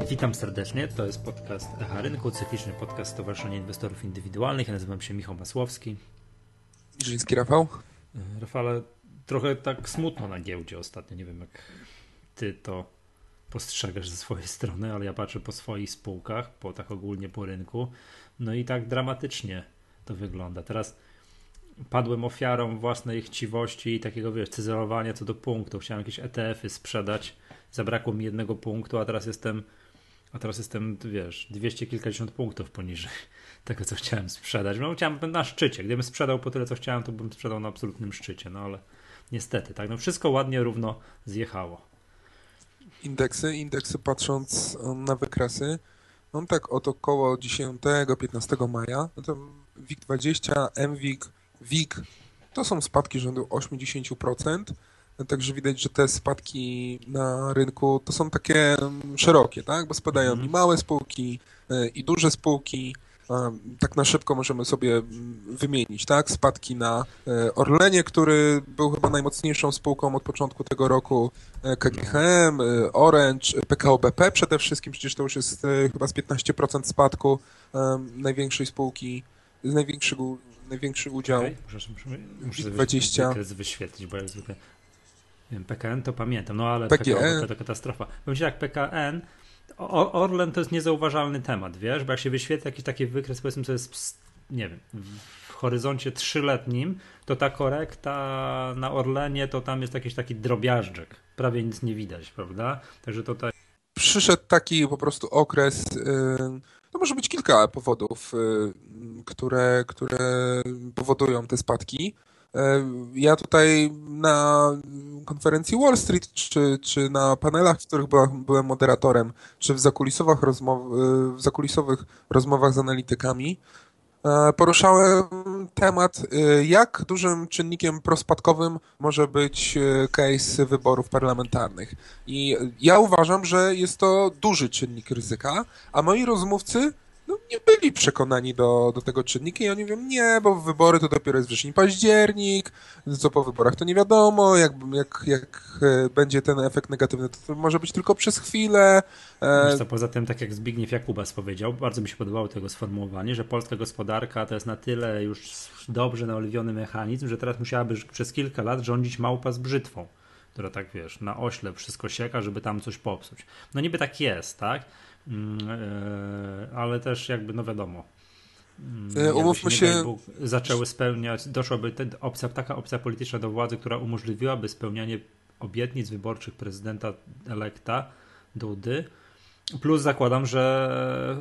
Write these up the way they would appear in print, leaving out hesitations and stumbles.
Witam serdecznie, to jest podcast Echa Rynku, cykliczny podcast Stowarzyszenia Inwestorów Indywidualnych. Ja nazywam się Michał Masłowski. Żyński Rafał. Rafale, trochę tak smutno na giełdzie ostatnio, nie wiem jak ty to postrzegasz ze swojej strony, ale ja patrzę po swoich spółkach, tak ogólnie po rynku, no i tak dramatycznie to wygląda. Teraz padłem ofiarą własnej chciwości i takiego, cyzelowania co do punktu. Chciałem jakieś ETF-y sprzedać, zabrakło mi jednego punktu, a teraz jestem, 200 kilkadziesiąt punktów poniżej tego, co chciałem sprzedać. No chciałem na szczycie. Gdybym sprzedał po tyle, co chciałem, to bym sprzedał na absolutnym szczycie. No ale niestety, tak. No wszystko ładnie, równo zjechało. Indeksy patrząc na wykresy, no tak od około 10-15 maja, no to WIG20, MWIG, WIG, to są spadki rzędu 80%. Także widać, że te spadki na rynku to są takie szerokie, tak? Bo spadają i małe spółki, i duże spółki. Tak na szybko możemy sobie wymienić, tak? Spadki na Orlenie, który był chyba najmocniejszą spółką od początku tego roku, KGHM, Orange, PKO BP przede wszystkim, przecież to już jest chyba z 15% spadku największej spółki, największy udział. Okay. Muszę 20. wykres wyświetlić, bo jak zwykle PKN to pamiętam, no ale PGE. PKO to katastrofa. Powiem ci tak, PKN, Orlen to jest niezauważalny temat, wiesz, bo jak się wyświetla jakiś taki wykres, powiedzmy, co jest, nie wiem, w horyzoncie 3-letnim, to ta korekta na Orlenie to tam jest jakiś taki drobiażdżek, prawie nic nie widać, prawda? Także tutaj Przyszedł taki po prostu okres, to może być kilka powodów, które powodują te spadki. Ja tutaj na konferencji Wall Street, czy na panelach, w których byłem moderatorem, czy w zakulisowych rozmowach z analitykami, poruszałem temat, jak dużym czynnikiem prospadkowym może być case wyborów parlamentarnych. I ja uważam, że jest to duży czynnik ryzyka, a moi rozmówcy nie byli przekonani do tego czynnika i oni mówią, nie, bo wybory to dopiero jest wrzesień, październik, co po wyborach to nie wiadomo, jak będzie ten efekt negatywny, to może być tylko przez chwilę. Wiesz co, poza tym, tak jak Zbigniew Jakubas powiedział, bardzo mi się podobało tego sformułowanie, że polska gospodarka to jest na tyle już dobrze naoliwiony mechanizm, że teraz musiałaby przez kilka lat rządzić małpa z brzytwą, która tak, wiesz, na ośle wszystko sieka, żeby tam coś popsuć. No niby tak jest, tak? Ale też jakby, no wiadomo, Umówmy się, zaczęły spełniać, doszłaby taka opcja polityczna do władzy, która umożliwiłaby spełnianie obietnic wyborczych prezydenta elekta Dudy, plus zakładam, że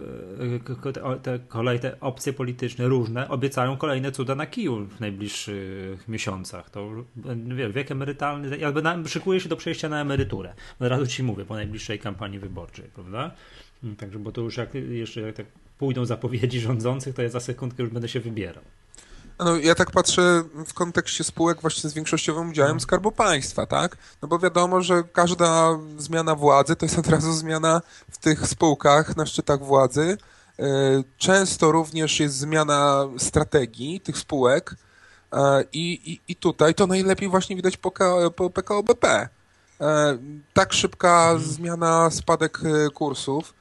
te opcje polityczne różne obiecają kolejne cuda na kiju w najbliższych miesiącach. To wiek emerytalny, jakby szykuje się do przejścia na emeryturę. Od razu ci mówię, po najbliższej kampanii wyborczej, prawda? Także, bo to już jak tak pójdą zapowiedzi rządzących, to ja za sekundkę już będę się wybierał. No, ja tak patrzę w kontekście spółek właśnie z większościowym udziałem Skarbu Państwa, tak? No bo wiadomo, że każda zmiana władzy to jest od razu zmiana w tych spółkach na szczytach władzy. Często również jest zmiana strategii tych spółek i tutaj to najlepiej właśnie widać po PKO BP. Tak szybka zmiana, spadek kursów.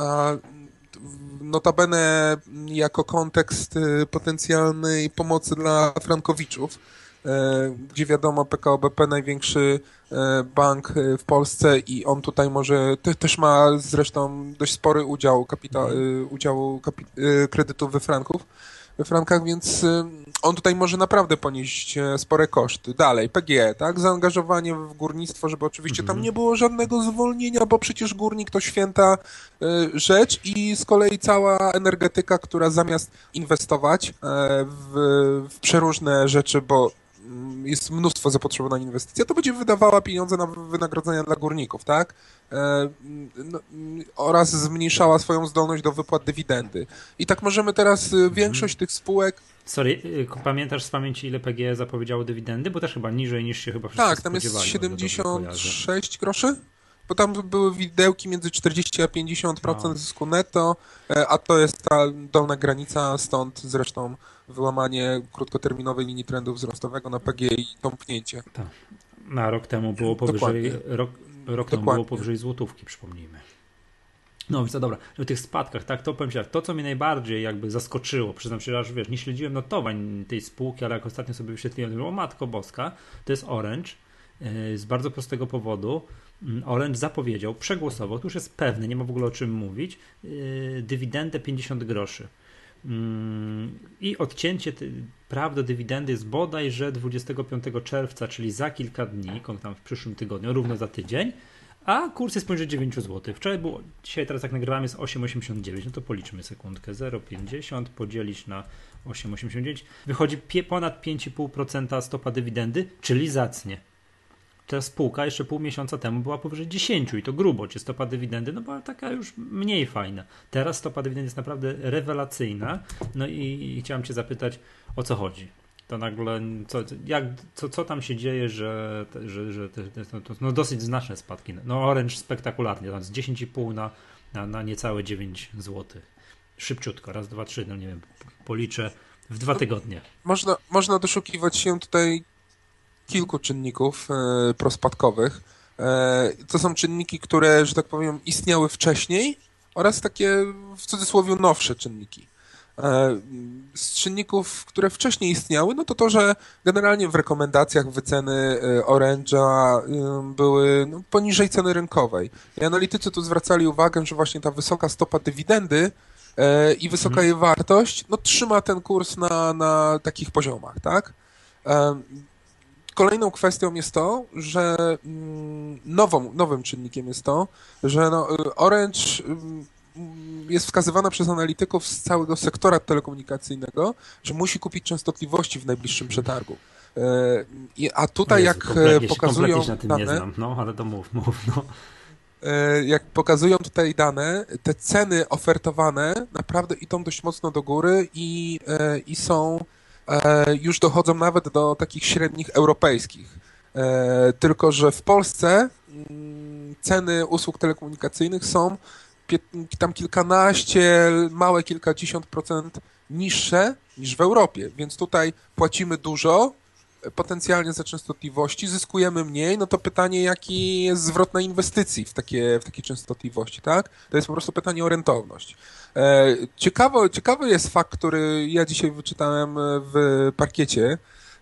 Notabene jako kontekst potencjalnej pomocy dla frankowiczów, gdzie wiadomo PKO BP największy bank w Polsce i on tutaj może, też ma zresztą dość spory udziału kredytów we frankach, więc on tutaj może naprawdę ponieść spore koszty. Dalej, PGE, tak? Zaangażowanie w górnictwo, żeby oczywiście tam nie było żadnego zwolnienia, bo przecież górnik to święta rzecz i z kolei cała energetyka, która zamiast inwestować w przeróżne rzeczy, bo jest mnóstwo zapotrzebowań na inwestycje, to będzie wydawała pieniądze na wynagrodzenia dla górników, tak? Oraz zmniejszała swoją zdolność do wypłat dywidendy. I tak możemy teraz większość tych spółek... Sorry, pamiętasz z pamięci, ile PGE zapowiedziało dywidendy? Bo też chyba niżej niż się chyba wszyscy spodziewali. Tak, tam jest 76 groszy. Bo tam były widełki między 40 a 50% zysku netto, a to jest ta dolna granica, stąd zresztą wyłamanie krótkoterminowej linii trendu wzrostowego na PGE i tąpnięcie. Tak. Na rok temu było powyżej, rok temu było powyżej złotówki, przypomnijmy. No więc dobra, o tych spadkach, tak, to powiem ci tak, to co mnie najbardziej jakby zaskoczyło, przyznam się, że wiesz, nie śledziłem notowań tej spółki, ale jak ostatnio sobie wyświetliłem, o matko boska, to jest Orange, z bardzo prostego powodu. Orange zapowiedział, przegłosował, to już jest pewne, nie ma w ogóle o czym mówić, dywidendę 50 groszy. I odcięcie praw do dywidendy jest bodajże 25 czerwca, czyli za kilka dni, tam w przyszłym tygodniu, równo za tydzień, a kurs jest poniżej 9 zł. Wczoraj było, dzisiaj teraz jak nagrywamy jest 8,89, no to policzmy sekundkę, 0,50 podzielić na 8,89, wychodzi ponad 5,5% stopa dywidendy, czyli zacnie. Ta spółka jeszcze pół miesiąca temu była powyżej 10 i to grubo, czy stopa dywidendy, no była taka już mniej fajna. Teraz stopa dywidendy jest naprawdę rewelacyjna, no i chciałem cię zapytać, o co chodzi? To nagle, co tam się dzieje, że no dosyć znaczne spadki. No Orange spektakularnie, tam z 10,5 na niecałe 9 zł. Szybciutko, raz, dwa, trzy, no nie wiem, policzę w 2 tygodnie. Można doszukiwać się tutaj kilku czynników prospadkowych. To są czynniki, które, że tak powiem, istniały wcześniej oraz takie w cudzysłowie nowsze czynniki. Z czynników, które wcześniej istniały, no to, że generalnie w rekomendacjach wyceny Orange'a były poniżej ceny rynkowej. I analitycy tu zwracali uwagę, że właśnie ta wysoka stopa dywidendy i wysoka jej wartość, no trzyma ten kurs na takich poziomach, tak? Kolejną kwestią jest to, że nowym czynnikiem jest to, że Orange jest wskazywana przez analityków z całego sektora telekomunikacyjnego, że musi kupić częstotliwości w najbliższym przetargu. A tutaj jak pokazują się na tym dane, nie znam, no ale to mów, no. Jak pokazują tutaj dane, te ceny ofertowane naprawdę idą dość mocno do góry i są już dochodzą nawet do takich średnich europejskich. Tylko że w Polsce ceny usług telekomunikacyjnych są tam kilkanaście, małe kilkadziesiąt procent niższe niż w Europie, więc tutaj płacimy dużo, potencjalnie za częstotliwości, zyskujemy mniej, no to pytanie, jaki jest zwrot na inwestycji w takie częstotliwości, tak? To jest po prostu pytanie o rentowność. Ciekawy jest fakt, który ja dzisiaj wyczytałem w Parkiecie.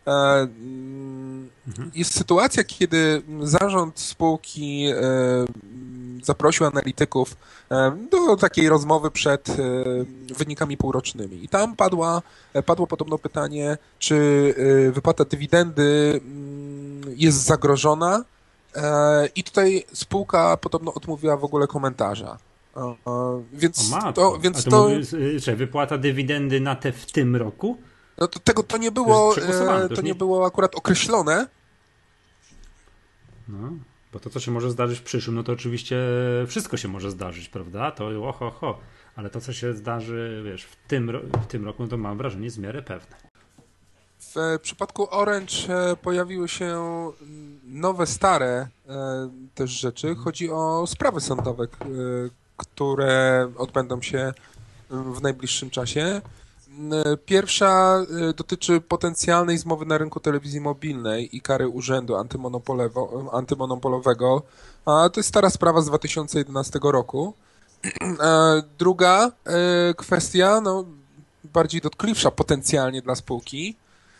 Jest sytuacja, kiedy zarząd spółki zaprosił analityków do takiej rozmowy przed wynikami półrocznymi. I tam padło podobno pytanie, czy wypłata dywidendy jest zagrożona. I tutaj spółka podobno odmówiła w ogóle komentarza. Wypłata dywidendy na te w tym roku? No to nie było akurat określone. No, bo to, co się może zdarzyć w przyszłym, no to oczywiście wszystko się może zdarzyć, prawda? To ale to, co się zdarzy, wiesz, w tym roku, no to mam wrażenie jest w miarę pewne. W przypadku Orange pojawiły się nowe, stare też rzeczy. Chodzi o sprawy sądowe, które odbędą się w najbliższym czasie. Pierwsza dotyczy potencjalnej zmowy na rynku telewizji mobilnej i kary Urzędu Antymonopolowego. A to jest stara sprawa z 2011 roku. Druga kwestia, bardziej dotkliwsza potencjalnie dla spółki.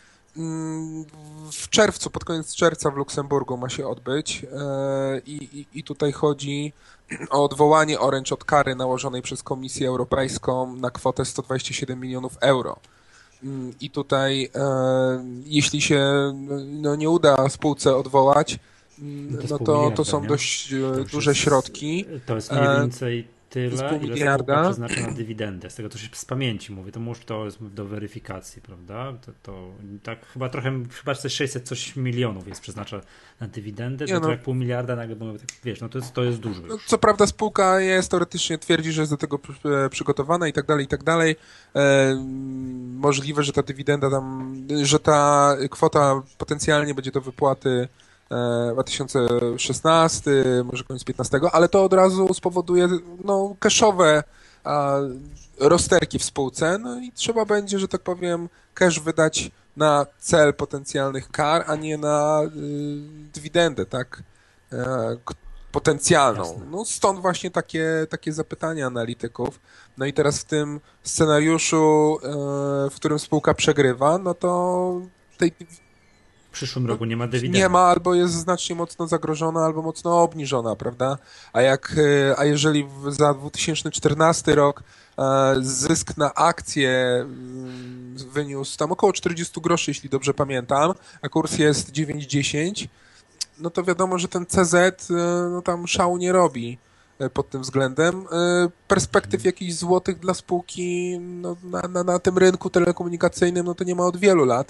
W czerwcu, pod koniec czerwca w Luksemburgu ma się odbyć i tutaj chodzi o odwołanie Orange od kary nałożonej przez Komisję Europejską na kwotę 127 milionów euro. I tutaj jeśli się nie uda spółce odwołać, to są dość duże środki. To jest mniej więcej tyle, ile spółka przeznacza na dywidendę. Z tego to się z pamięci mówię, to jest do weryfikacji, prawda? To tak chyba coś 600 coś milionów jest przeznacza na dywidendę, to jak 0,5 miliarda nagle, wiesz, to jest dużo już. Co prawda spółka teoretycznie twierdzi, że jest do tego przygotowana i tak dalej. Możliwe, że ta dywidenda że ta kwota potencjalnie będzie do wypłaty 2016, może koniec 15, ale to od razu spowoduje cashowe rozterki w spółce, i trzeba będzie, że tak powiem, cash wydać na cel potencjalnych kar, a nie na dywidendę, tak? potencjalną. Jasne. No stąd właśnie takie zapytania analityków. No i teraz w tym scenariuszu, w którym spółka przegrywa, no to tej W przyszłym no, roku nie ma nie dywidendy. ma, albo jest znacznie mocno zagrożona, albo mocno obniżona, prawda? A jeżeli za 2014 rok zysk na akcję wyniósł tam około 40 groszy, jeśli dobrze pamiętam, a kurs jest 9,10, no to wiadomo, że ten CZ no tam szału nie robi pod tym względem. Perspektyw jakichś złotych dla spółki no, na tym rynku telekomunikacyjnym no to nie ma od wielu lat.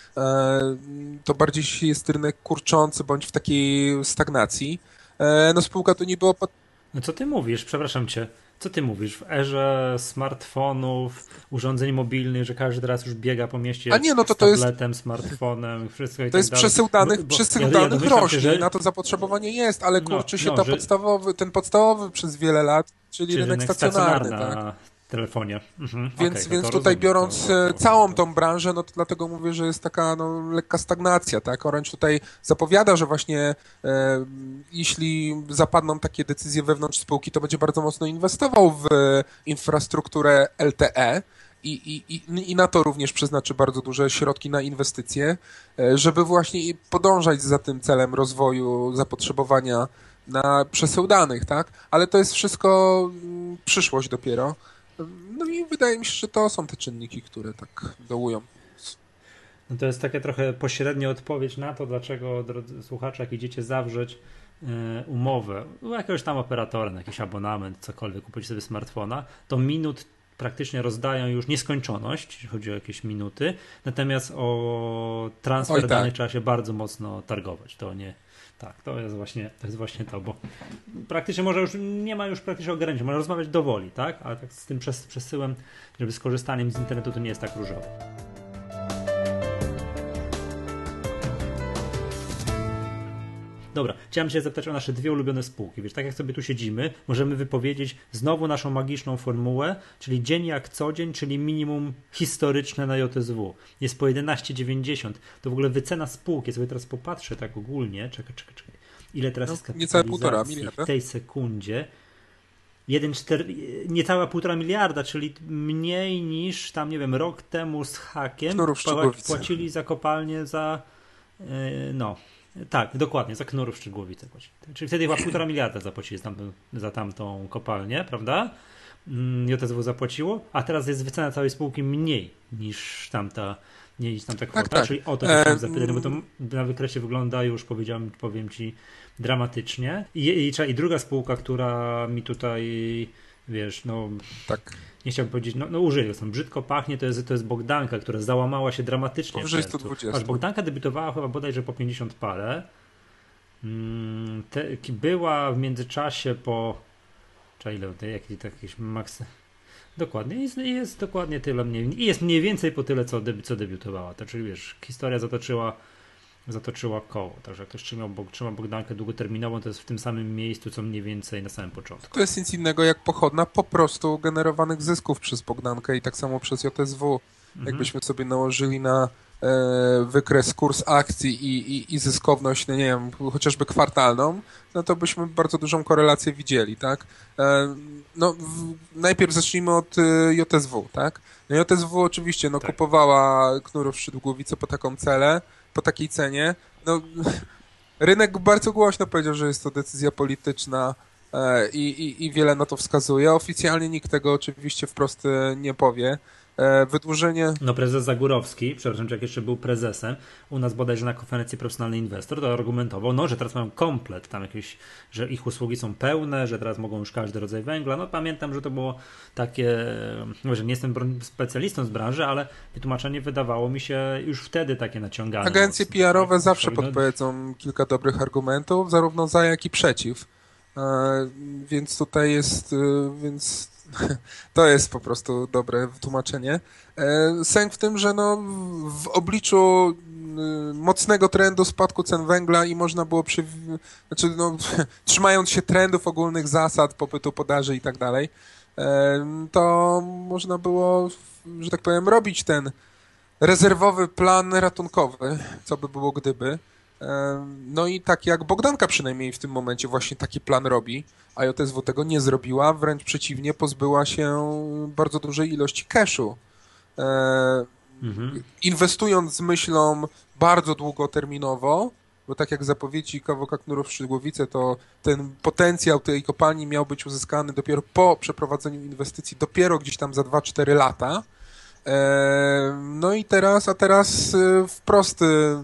To bardziej jest rynek kurczący bądź w takiej stagnacji. No spółka to nie było. No co ty mówisz? Przepraszam cię. Co ty mówisz? W erze smartfonów, urządzeń mobilnych, że każdy teraz już biega po A mieście nie, no z to jest. tabletem, smartfonem, wszystko i To tak jest dalej. przesył Ja danych domyślam się, rośnie i że na to zapotrzebowanie jest, ale no, kurczy się no, że ten podstawowy przez wiele lat, czyli czy rynek rynek stacjonarny, stacjonarny tak? na telefonie. Więc, Okej, no więc to tutaj rozumiem. biorąc całą tą branżę, no to dlatego mówię, że jest taka no, lekka stagnacja, tak? Orange tutaj zapowiada, że właśnie jeśli zapadną takie decyzje wewnątrz spółki, to będzie bardzo mocno inwestował w infrastrukturę LTE i na to również przeznaczy bardzo duże środki na inwestycje, żeby właśnie podążać za tym celem rozwoju zapotrzebowania na przesył danych, tak? Ale to jest wszystko przyszłość dopiero. No i wydaje mi się, że to są te czynniki, które tak dołują. No to jest taka trochę pośrednia odpowiedź na to, dlaczego, drodzy słuchacze, jak idziecie zawrzeć umowę u jakiegoś tam operatora, na jakiś abonament, cokolwiek, kupić sobie smartfona, to minut praktycznie rozdają już nieskończoność, jeśli chodzi o jakieś minuty, natomiast o transfer Oj, tak. danych trzeba się bardzo mocno targować. To nie, tak, to jest właśnie to, bo praktycznie może już nie ma już praktycznie ograniczeń, można rozmawiać do woli, tak? Ale tak z tym przesyłem, żeby z korzystaniem z internetu to nie jest tak różowo. Dobra, chciałem się zapytać o nasze dwie ulubione spółki. Wiesz, tak jak sobie tu siedzimy, możemy wypowiedzieć znowu naszą magiczną formułę, czyli dzień jak co dzień, czyli minimum historyczne na JSW. Jest po 11,90. To w ogóle wycena spółki. Ja sobie teraz popatrzę tak ogólnie. Czekaj. Ile teraz No, jest niecałe 1,5 kapitalizacji miliarda. w tej sekundzie? 1,4, niecała 1,5 miliarda, czyli mniej niż tam, nie wiem, rok temu z hakiem Knurów Szczygłowice. płacili za kopalnię za no, tak, dokładnie, za Knurów Szczygłowice płacili. Czyli wtedy chyba 1,5 miliarda zapłacili za tamtą kopalnię, prawda? JSW zapłaciło, a teraz jest wycena całej spółki mniej niż tamta kwota, tak. czyli o to się chciałem zapytać, no bo to na wykresie wygląda już, powiem ci, dramatycznie. I druga spółka, która mi tutaj, wiesz, no Tak. nie chciałbym powiedzieć, no użyję, tam brzydko pachnie, to jest Bogdanka, która załamała się dramatycznie. Powyżej w sercu. 120. Aż Bogdanka debiutowała chyba bodajże po 50 parę. Była w międzyczasie po jakiś maks. Dokładnie, jest dokładnie tyle mniej. I jest mniej więcej po tyle, co debiutowała. To, czyli wiesz, historia zatoczyła koło. Także jak ktoś trzyma Bogdankę długoterminową, to jest w tym samym miejscu, co mniej więcej na samym początku. To jest nic innego jak pochodna po prostu generowanych zysków przez Bogdankę i tak samo przez JSW. Jakbyśmy sobie nałożyli na wykres kurs akcji i zyskowność, no nie wiem, chociażby kwartalną, no to byśmy bardzo dużą korelację widzieli, tak? Najpierw zacznijmy od JSW, tak? No JSW oczywiście tak. Kupowała Knurów Szczygłowice po takiej cenie. No, rynek bardzo głośno powiedział, że jest to decyzja polityczna i wiele na to wskazuje. Oficjalnie nikt tego oczywiście wprost nie powie. Wydłużenie... No prezes Zagórowski, przepraszam, jak jeszcze był prezesem, u nas bodajże na konferencji Profesjonalny Inwestor, to argumentował, no, że teraz mają komplet, tam jakieś, że ich usługi są pełne, że teraz mogą już każdy rodzaj węgla. No pamiętam, że to było takie, że nie jestem specjalistą z branży, ale wytłumaczenie wydawało mi się już wtedy takie naciągane. Agencje mocno, PR-owe tak? zawsze podpowiedzą kilka dobrych argumentów, zarówno za, jak i przeciw. Więc tutaj jest... To jest po prostu dobre wytłumaczenie. Sęk w tym, że no, w obliczu mocnego trendu spadku cen węgla i można było trzymając się trendów ogólnych zasad popytu, podaży i tak dalej, to można było, że tak powiem, robić ten rezerwowy plan ratunkowy, co by było gdyby. No i tak jak Bogdanka przynajmniej w tym momencie właśnie taki plan robi, a JSW tego nie zrobiła, wręcz przeciwnie, pozbyła się bardzo dużej ilości cashu. Inwestując z myślą bardzo długoterminowo, bo tak jak zapowiedzi KWK Knurów-Szydłowice, to ten potencjał tej kopalni miał być uzyskany dopiero po przeprowadzeniu inwestycji, dopiero gdzieś tam za 2-4 lata. No i teraz wprost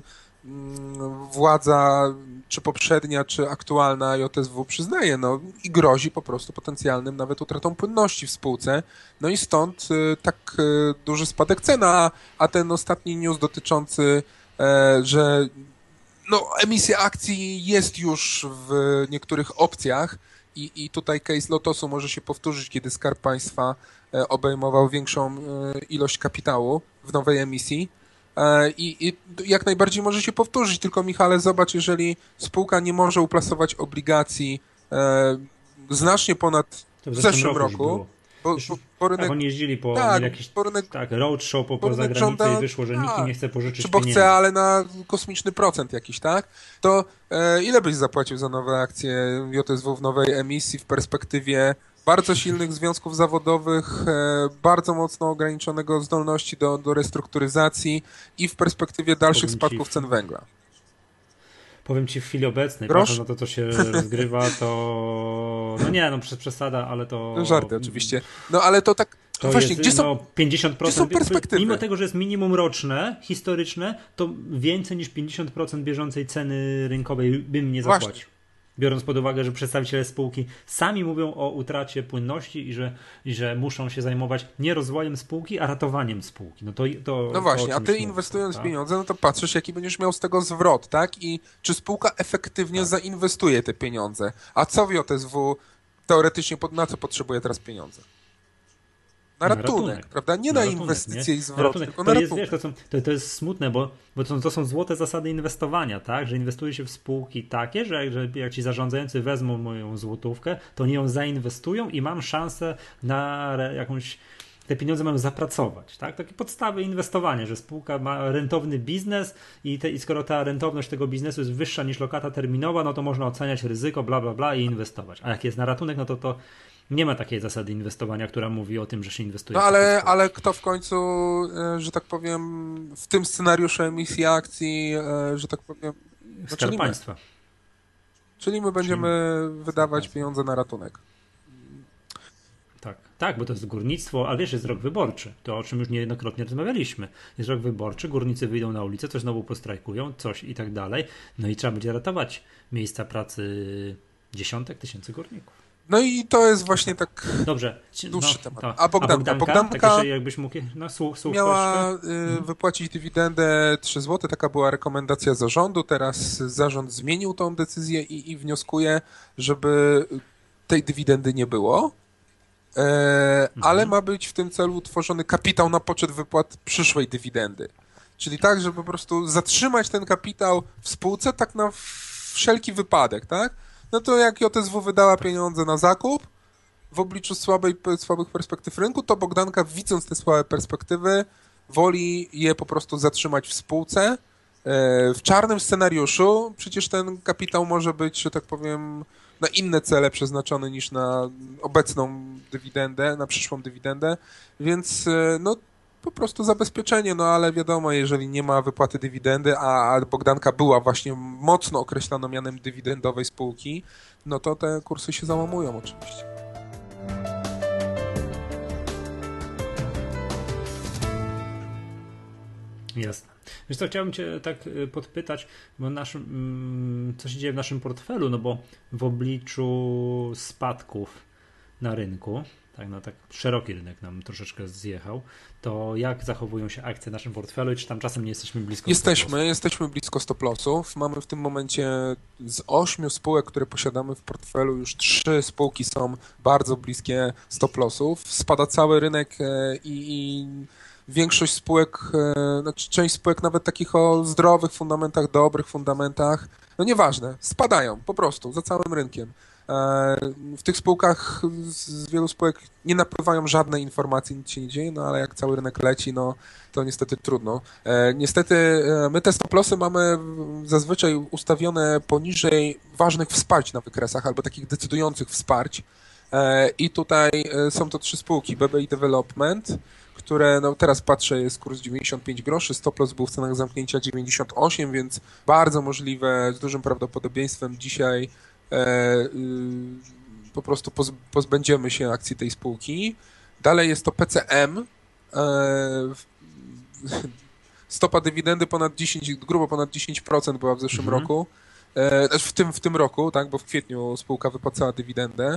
władza, czy poprzednia, czy aktualna JSW przyznaje, no i grozi po prostu potencjalnym nawet utratą płynności w spółce. No i stąd tak duży spadek cen, a ten ostatni news dotyczący, że no, emisja akcji jest już w niektórych opcjach i tutaj case Lotosu może się powtórzyć, kiedy Skarb Państwa obejmował większą ilość kapitału w nowej emisji. I jak najbardziej może się powtórzyć, tylko Michale, zobacz, jeżeli spółka nie może uplasować obligacji znacznie ponad w zeszłym roku, bo rynek, oni jeździli po jakiś roadshow po zagranicy i wyszło, że nikt im nie chce pożyczyć pieniędzy. Chce, ale na kosmiczny procent jakiś, tak? To ile byś zapłacił za nowe akcje JSW w nowej emisji w perspektywie bardzo silnych związków zawodowych, bardzo mocno ograniczonego zdolności do restrukturyzacji i w perspektywie dalszych spadków cen węgla? Powiem ci w chwili obecnej, patrząc na to, co się rozgrywa, to no nie, no przesada, ale to... Żarty oczywiście. No ale to tak... To właśnie, jest, gdzie są, no, 50%, gdzie są perspektywy? Mimo tego, że jest minimum roczne, historyczne, to więcej niż 50% bieżącej ceny rynkowej bym nie zapłacił. Właśnie. Biorąc pod uwagę, że przedstawiciele spółki sami mówią o utracie płynności i że muszą się zajmować nie rozwojem spółki, a ratowaniem spółki. No właśnie, a ty inwestując pieniądze, no to patrzysz, jaki będziesz miał z tego zwrot, tak? I czy spółka efektywnie zainwestuje te pieniądze? A co w JSW teoretycznie, na co potrzebuje teraz pieniądze? Na ratunek, prawda? Nie na inwestycje i zwrot, tylko na ratunek. To jest smutne, bo to są złote zasady inwestowania, tak? Że inwestuje się w spółki takie, że jak ci zarządzający wezmą moją złotówkę, to oni ją zainwestują i mam szansę na jakąś... Te pieniądze mają zapracować, tak? Takie podstawy inwestowania, że spółka ma rentowny biznes i skoro ta rentowność tego biznesu jest wyższa niż lokata terminowa, no to można oceniać ryzyko, bla, bla, bla i inwestować. A jak jest na ratunek, no to nie ma takiej zasady inwestowania, która mówi o tym, że się inwestuje. No ale kto w końcu, że tak powiem, w tym scenariuszu emisji akcji, że tak powiem... Skarb Państwa. Czyli my będziemy wydawać pieniądze na ratunek. Tak, bo to jest górnictwo, ale wiesz, jest rok wyborczy, to o czym już niejednokrotnie rozmawialiśmy. Jest rok wyborczy, górnicy wyjdą na ulicę, coś znowu postrajkują, coś i tak dalej, no i trzeba będzie ratować miejsca pracy tysięcy górników. No i to jest właśnie tak dobrze, dłuższy temat. A Bogdanka tak jakbyś mógł, miała wypłacić dywidendę 3 zł, taka była rekomendacja zarządu, teraz zarząd zmienił tą decyzję i wnioskuje, żeby tej dywidendy nie było. Ale ma być w tym celu utworzony kapitał na poczet wypłat przyszłej dywidendy. Czyli tak, żeby po prostu zatrzymać ten kapitał w spółce tak na wszelki wypadek, tak? No to jak JSW wydała pieniądze na zakup w obliczu słabych perspektyw rynku, to Bogdanka, widząc te słabe perspektywy, woli je po prostu zatrzymać w spółce. W czarnym scenariuszu przecież ten kapitał może być, że tak powiem, na inne cele przeznaczony niż na obecną dywidendę, na przyszłą dywidendę, więc no po prostu zabezpieczenie, no ale wiadomo, jeżeli nie ma wypłaty dywidendy, a Bogdanka była właśnie mocno określoną mianem dywidendowej spółki, no to te kursy się załamują oczywiście. Jasne. Wiesz co, chciałbym cię tak podpytać, bo co się dzieje w naszym portfelu, no bo w obliczu spadków na rynku, tak szeroki rynek nam troszeczkę zjechał, to jak zachowują się akcje w naszym portfelu i czy tam czasem nie jesteśmy blisko Jesteśmy blisko stop lossów. Mamy w tym momencie z 8 spółek, które posiadamy w portfelu, już 3 spółki są bardzo bliskie stop lossów. Spada cały rynek i większość spółek, znaczy część spółek nawet takich o zdrowych fundamentach, dobrych fundamentach, no nieważne, spadają po prostu za całym rynkiem. W tych spółkach z wielu spółek nie napływają żadne informacje, nic się nie dzieje, no ale jak cały rynek leci, no to niestety trudno. Niestety my te stop-lossy mamy zazwyczaj ustawione poniżej ważnych wsparć na wykresach albo takich decydujących wsparć. I tutaj są to 3 spółki, BBI Development, które, no teraz patrzę, jest kurs 95 groszy, stop loss był w cenach zamknięcia 98, więc bardzo możliwe, z dużym prawdopodobieństwem dzisiaj po prostu pozbędziemy się akcji tej spółki. Dalej jest to PCM, stopa dywidendy grubo ponad 10% była w zeszłym roku. W tym roku, tak, bo w kwietniu spółka wypłacała dywidendę.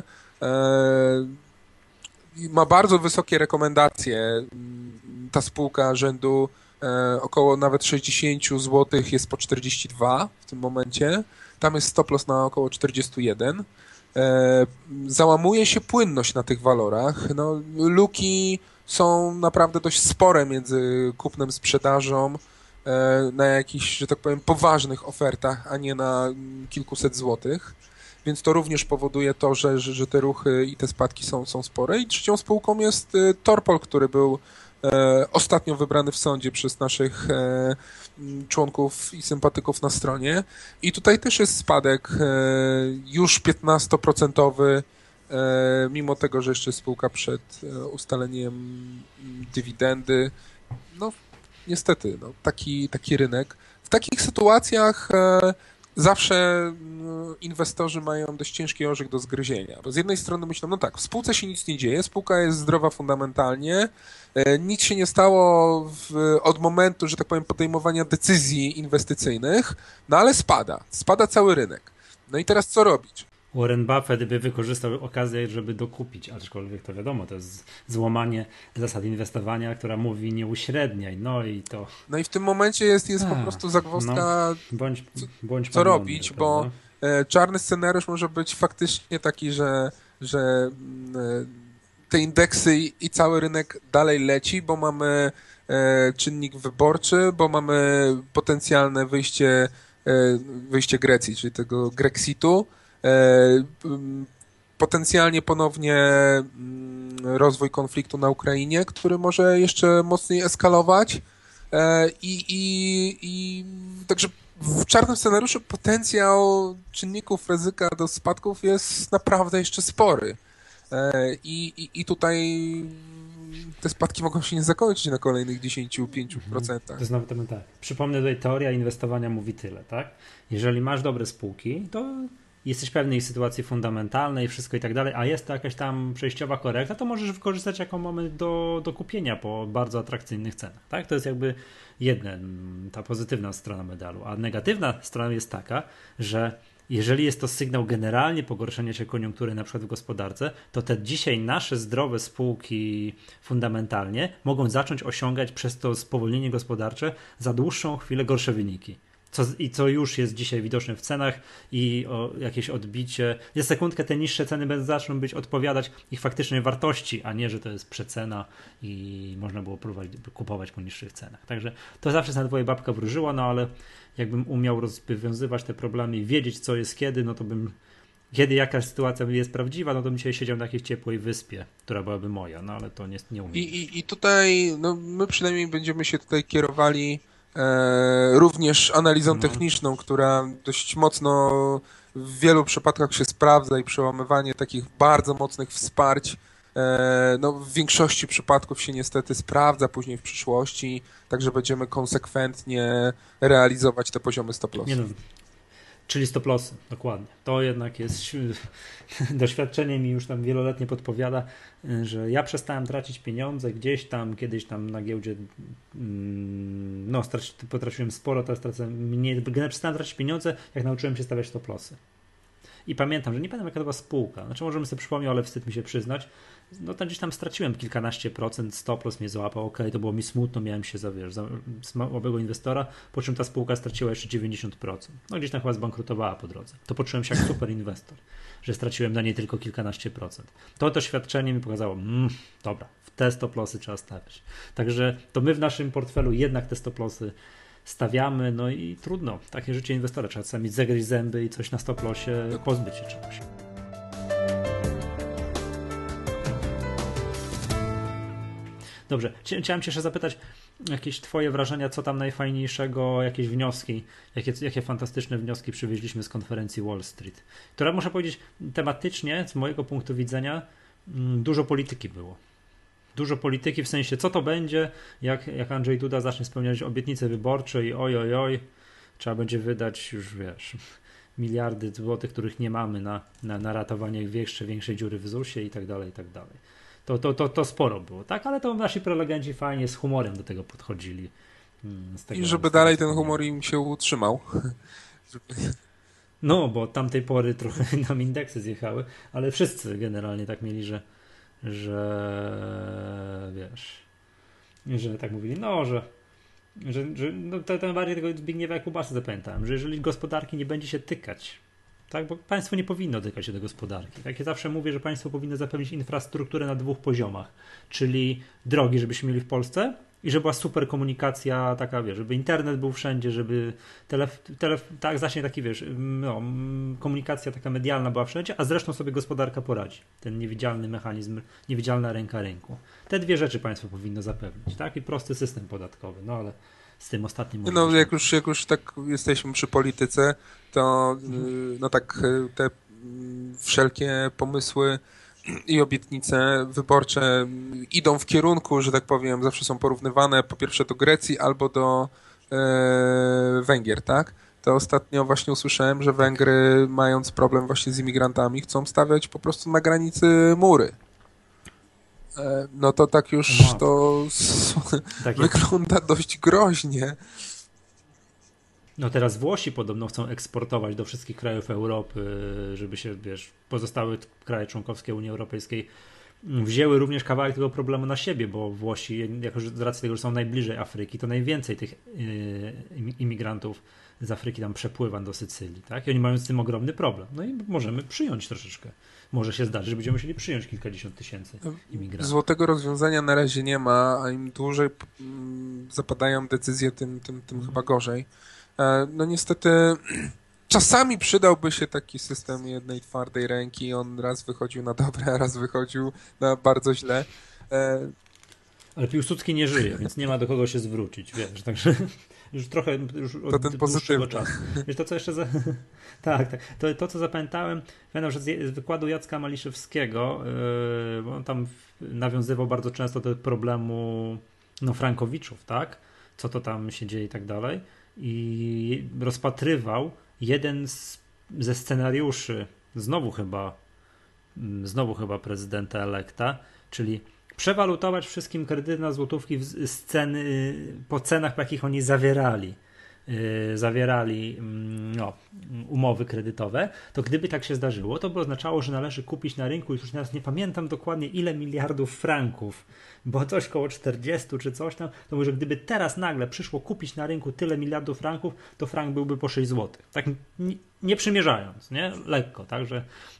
Ma bardzo wysokie rekomendacje. Ta spółka rzędu około nawet 60 zł jest po 42 w tym momencie. Tam jest stop loss na około 41. Załamuje się płynność na tych walorach. No, luki są naprawdę dość spore między kupnem, sprzedażą na jakichś, że tak powiem, poważnych ofertach, a nie na kilkuset złotych. Więc to również powoduje to, że te ruchy i te spadki są spore. I trzecią spółką jest Torpol, który był ostatnio wybrany w sądzie przez naszych członków i sympatyków na stronie. I tutaj też jest spadek już 15%, mimo tego, że jeszcze spółka przed ustaleniem dywidendy. No niestety, no, taki rynek. W takich sytuacjach zawsze inwestorzy mają dość ciężki orzech do zgryzienia, bo z jednej strony myślą, no tak, w spółce się nic nie dzieje, spółka jest zdrowa fundamentalnie, nic się nie stało od momentu, że tak powiem, podejmowania decyzji inwestycyjnych, no ale spada cały rynek. No i teraz co robić? Warren Buffett by wykorzystał okazję, żeby dokupić, aczkolwiek to wiadomo, to jest złamanie zasad inwestowania, która mówi nie uśredniaj, no i to... No i w tym momencie jest po prostu zagwozdka, bądź co robić, bo czarny scenariusz może być faktycznie taki, że te indeksy i cały rynek dalej leci, bo mamy czynnik wyborczy, bo mamy potencjalne wyjście Grecji, czyli tego Grexitu, potencjalnie ponownie rozwój konfliktu na Ukrainie, który może jeszcze mocniej eskalować i także w czarnym scenariuszu potencjał czynników ryzyka do spadków jest naprawdę jeszcze spory i tutaj te spadki mogą się nie zakończyć na kolejnych 10-5%. To jest nawet tak. Przypomnę tutaj, teoria inwestowania mówi tyle, tak? Jeżeli masz dobre spółki, to jesteś pewny ich sytuacji fundamentalnej, wszystko i tak dalej, a jest to jakaś tam przejściowa korekta, to możesz wykorzystać jako moment do kupienia po bardzo atrakcyjnych cenach. Tak? To jest jakby ta pozytywna strona medalu. A negatywna strona jest taka, że jeżeli jest to sygnał generalnie pogorszenia się koniunktury na przykład w gospodarce, to te dzisiaj nasze zdrowe spółki fundamentalnie mogą zacząć osiągać przez to spowolnienie gospodarcze za dłuższą chwilę gorsze wyniki. Co już jest dzisiaj widoczne w cenach i jakieś odbicie. Za sekundkę te niższe ceny zaczną być odpowiadać ich faktycznej wartości, a nie, że to jest przecena i można było próbować kupować po niższych cenach. Także to zawsze na twoje babka wróżyła, no ale jakbym umiał rozwiązywać te problemy i wiedzieć, co jest kiedy, no to bym kiedy jakaś sytuacja jest prawdziwa, no to bym dzisiaj siedział na jakiejś ciepłej wyspie, która byłaby moja, no ale to nie umiem. I tutaj, no my przynajmniej będziemy się tutaj kierowali również analizą techniczną, która dość mocno w wielu przypadkach się sprawdza i przełamywanie takich bardzo mocnych wsparć no, w większości przypadków się niestety sprawdza później w przyszłości, także będziemy konsekwentnie realizować te poziomy stop loss. Czyli stop lossy, dokładnie. To jednak jest doświadczenie mi już tam wieloletnie podpowiada, że ja przestałem tracić pieniądze gdzieś tam, kiedyś tam na giełdzie potrafiłem sporo, teraz tracę mniej, przestałem tracić pieniądze, jak nauczyłem się stawiać stop lossy. I pamiętam, że nie pamiętam jaka to była spółka, znaczy możemy sobie przypomnieć, ale wstyd mi się przyznać, no to gdzieś tam straciłem kilkanaście procent, stop loss mnie złapał, to było mi smutno, miałem się za słabego inwestora, po czym ta spółka straciła jeszcze 90%. No gdzieś tam chyba zbankrutowała po drodze. To poczułem się jak super inwestor, że straciłem na niej tylko kilkanaście procent. To doświadczenie mi pokazało, dobra, w te stop lossy trzeba stawiać. Także to my w naszym portfelu jednak te stop lossy stawiamy, no i trudno, takie życie inwestora, trzeba czasami zegryźć zęby i coś na stop lossie pozbyć się czegoś. Dobrze, chciałem cię jeszcze zapytać jakieś twoje wrażenia, co tam najfajniejszego, jakieś wnioski, jakie fantastyczne wnioski przywieźliśmy z konferencji Wall Street, która, muszę powiedzieć, tematycznie, z mojego punktu widzenia, dużo polityki było. Dużo polityki w sensie, co to będzie, jak Andrzej Duda zacznie spełniać obietnice wyborcze i oj, trzeba będzie wydać już, wiesz, miliardy złotych, których nie mamy na ratowanie większej dziury w ZUS-ie i tak dalej, i tak dalej. To sporo było, tak? Ale to nasi prelegenci fajnie z humorem do tego podchodzili. I żeby dalej ten humor im się utrzymał. No, bo od tamtej pory trochę nam indeksy zjechały, ale wszyscy generalnie tak mieli, że wiesz, że tak mówili, no, że no, to bardziej tego Zbigniewa Jakubasa zapamiętałem, że jeżeli gospodarki nie będzie się tykać, tak, bo państwo nie powinno tykać się do gospodarki. Tak, ja zawsze mówię, że państwo powinno zapewnić infrastrukturę na 2 poziomach, czyli drogi, żebyśmy mieli w Polsce i żeby była super komunikacja taka, wiesz, żeby internet był wszędzie, żeby tak, zacznie taki, wiesz, no, komunikacja taka medialna była wszędzie, a zresztą sobie gospodarka poradzi. Ten niewidzialny mechanizm, niewidzialna ręka rynku. Te 2 rzeczy państwo powinno zapewnić, tak? I prosty system podatkowy, no ale z tym ostatnim... No, jak już tak jesteśmy przy polityce, to no tak te wszelkie pomysły i obietnice wyborcze idą w kierunku, że tak powiem, zawsze są porównywane po pierwsze do Grecji albo do Węgier, tak? To ostatnio właśnie usłyszałem, że Węgry, mając problem właśnie z imigrantami, chcą stawiać po prostu na granicy mury. No to tak już wygląda dość groźnie. No teraz Włosi podobno chcą eksportować do wszystkich krajów Europy, żeby się, wiesz, pozostałe kraje członkowskie Unii Europejskiej wzięły również kawałek tego problemu na siebie, bo Włosi, jako że z racji tego, że są najbliżej Afryki, to najwięcej tych imigrantów z Afryki tam przepływa do Sycylii, tak? I oni mają z tym ogromny problem. No i możemy przyjąć troszeczkę. Może się zdarzyć, że będziemy musieli przyjąć kilkadziesiąt tysięcy imigrantów. Złotego rozwiązania na razie nie ma, a im dłużej zapadają decyzje, tym chyba gorzej. No niestety czasami przydałby się taki system jednej twardej ręki. On raz wychodził na dobre, a raz wychodził na bardzo źle. Ale Piłsudski nie żyje, więc nie ma do kogo się zwrócić, wiesz, także już trochę od dłuższego czasu. Wiesz, to co jeszcze tak. To co zapamiętałem, że z wykładu Jacka Maliszewskiego, bo on tam nawiązywał bardzo często do problemu Frankowiczów, tak? Co to tam się dzieje i tak dalej. I rozpatrywał jeden ze scenariuszy znowu chyba prezydenta elekta, czyli przewalutować wszystkim kredyty na złotówki po cenach, po jakich oni zawierali umowy kredytowe, to gdyby tak się zdarzyło, to by oznaczało, że należy kupić na rynku, już teraz nie pamiętam dokładnie ile miliardów franków, bo coś koło 40 czy coś tam, to może gdyby teraz nagle przyszło kupić na rynku tyle miliardów franków, to frank byłby po 6 zł. Tak nie przymierzając, nie? Lekko, także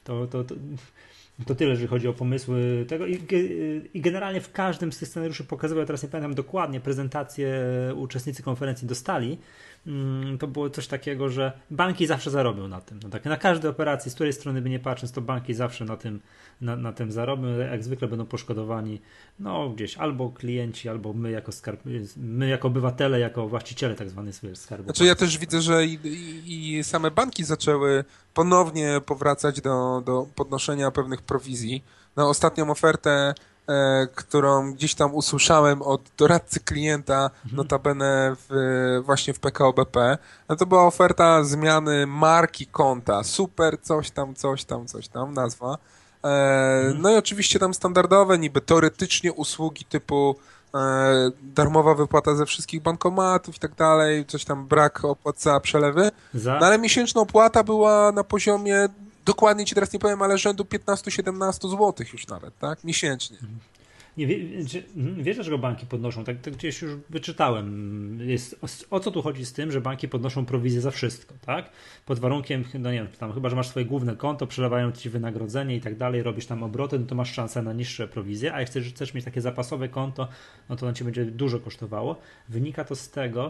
to tyle, jeżeli chodzi o pomysły tego i generalnie w każdym z tych scenariuszy pokazywał, teraz nie pamiętam dokładnie, prezentację uczestnicy konferencji dostali, to było coś takiego, że banki zawsze zarobią na tym. No tak, na każdej operacji, z której strony by nie patrząc, to banki zawsze na tym zarobią, jak zwykle będą poszkodowani gdzieś albo klienci, albo my jako obywatele, jako właściciele tak zwanych skarbu. Znaczy ja też widzę, że i same banki zaczęły ponownie powracać do podnoszenia pewnych prowizji. Na ostatnią ofertę, którą gdzieś tam usłyszałem od doradcy klienta, notabene właśnie w PKO BP, no to była oferta zmiany marki konta, super coś tam, nazwa. No i oczywiście tam standardowe, niby teoretycznie usługi typu darmowa wypłata ze wszystkich bankomatów i tak dalej, coś tam brak opłat za przelewy, no ale miesięczna opłata była na poziomie, dokładnie ci teraz nie powiem, ale rzędu 15-17 zł już nawet, tak? Miesięcznie. Nie, wiesz, dlaczego banki podnoszą? Tak gdzieś już wyczytałem. O co tu chodzi z tym, że banki podnoszą prowizję za wszystko, tak? Pod warunkiem, no nie wiem, tam chyba, że masz swoje główne konto, przelewają ci wynagrodzenie i tak dalej, robisz tam obroty, no to masz szansę na niższe prowizje, a jak chcesz mieć takie zapasowe konto, no to ono ci będzie dużo kosztowało. Wynika to z tego,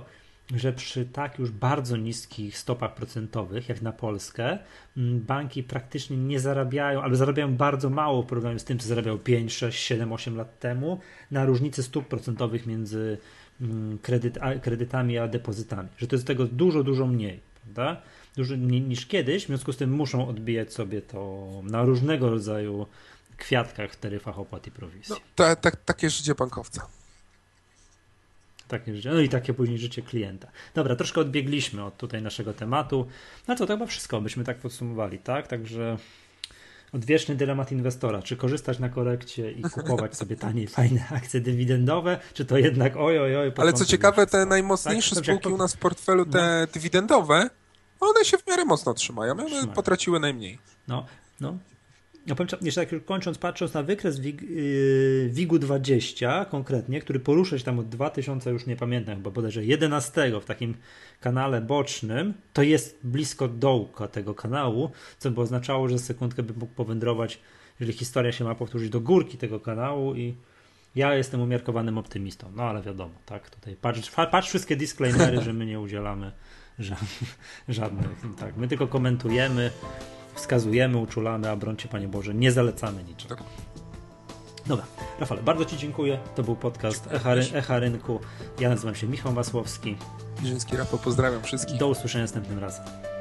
że przy tak już bardzo niskich stopach procentowych, jak na Polskę, banki praktycznie nie zarabiają, albo zarabiają bardzo mało w porównaniu z tym, co zarabiał 5, 6, 7, 8 lat temu, na różnicy stóp procentowych między kredytami a depozytami. Że to jest tego dużo, dużo mniej, prawda? Dużo mniej niż kiedyś, w związku z tym muszą odbijać sobie to na różnego rodzaju kwiatkach, taryfach opłat i prowizji. No, takie życie bankowca. Takie życie, no i takie później życie klienta. Dobra, troszkę odbiegliśmy od tutaj naszego tematu. No co, to chyba wszystko byśmy tak podsumowali, tak? Także odwieczny dylemat inwestora. Czy korzystać na korekcie i kupować sobie tanie, fajne akcje dywidendowe, czy to jednak oj. Ale co ciekawe, te najmocniejsze spółki u nas w portfelu, te dywidendowe, one się w miarę mocno trzymają. One potraciły najmniej. No. Ja powiem, jeszcze tak już kończąc, patrząc na wykres WIG-u 20 konkretnie, który porusza się tam od 2000, już nie pamiętam, chyba bodajże 11 w takim kanale bocznym, to jest blisko dołka tego kanału, co by oznaczało, że sekundkę by mógł powędrować, jeżeli historia się ma powtórzyć, do górki tego kanału i ja jestem umiarkowanym optymistą, no ale wiadomo, tak, tutaj patrz wszystkie disclaimery, że my nie udzielamy żadnych, tak, my tylko komentujemy, wskazujemy, uczulamy, a brońcie Panie Boże, nie zalecamy niczego. Dobra, Rafale, bardzo Ci dziękuję. To był podcast Echa Rynku. Ja nazywam się Michał Masłowski. Giżyński Rafał, pozdrawiam wszystkich. Do usłyszenia następnym razem.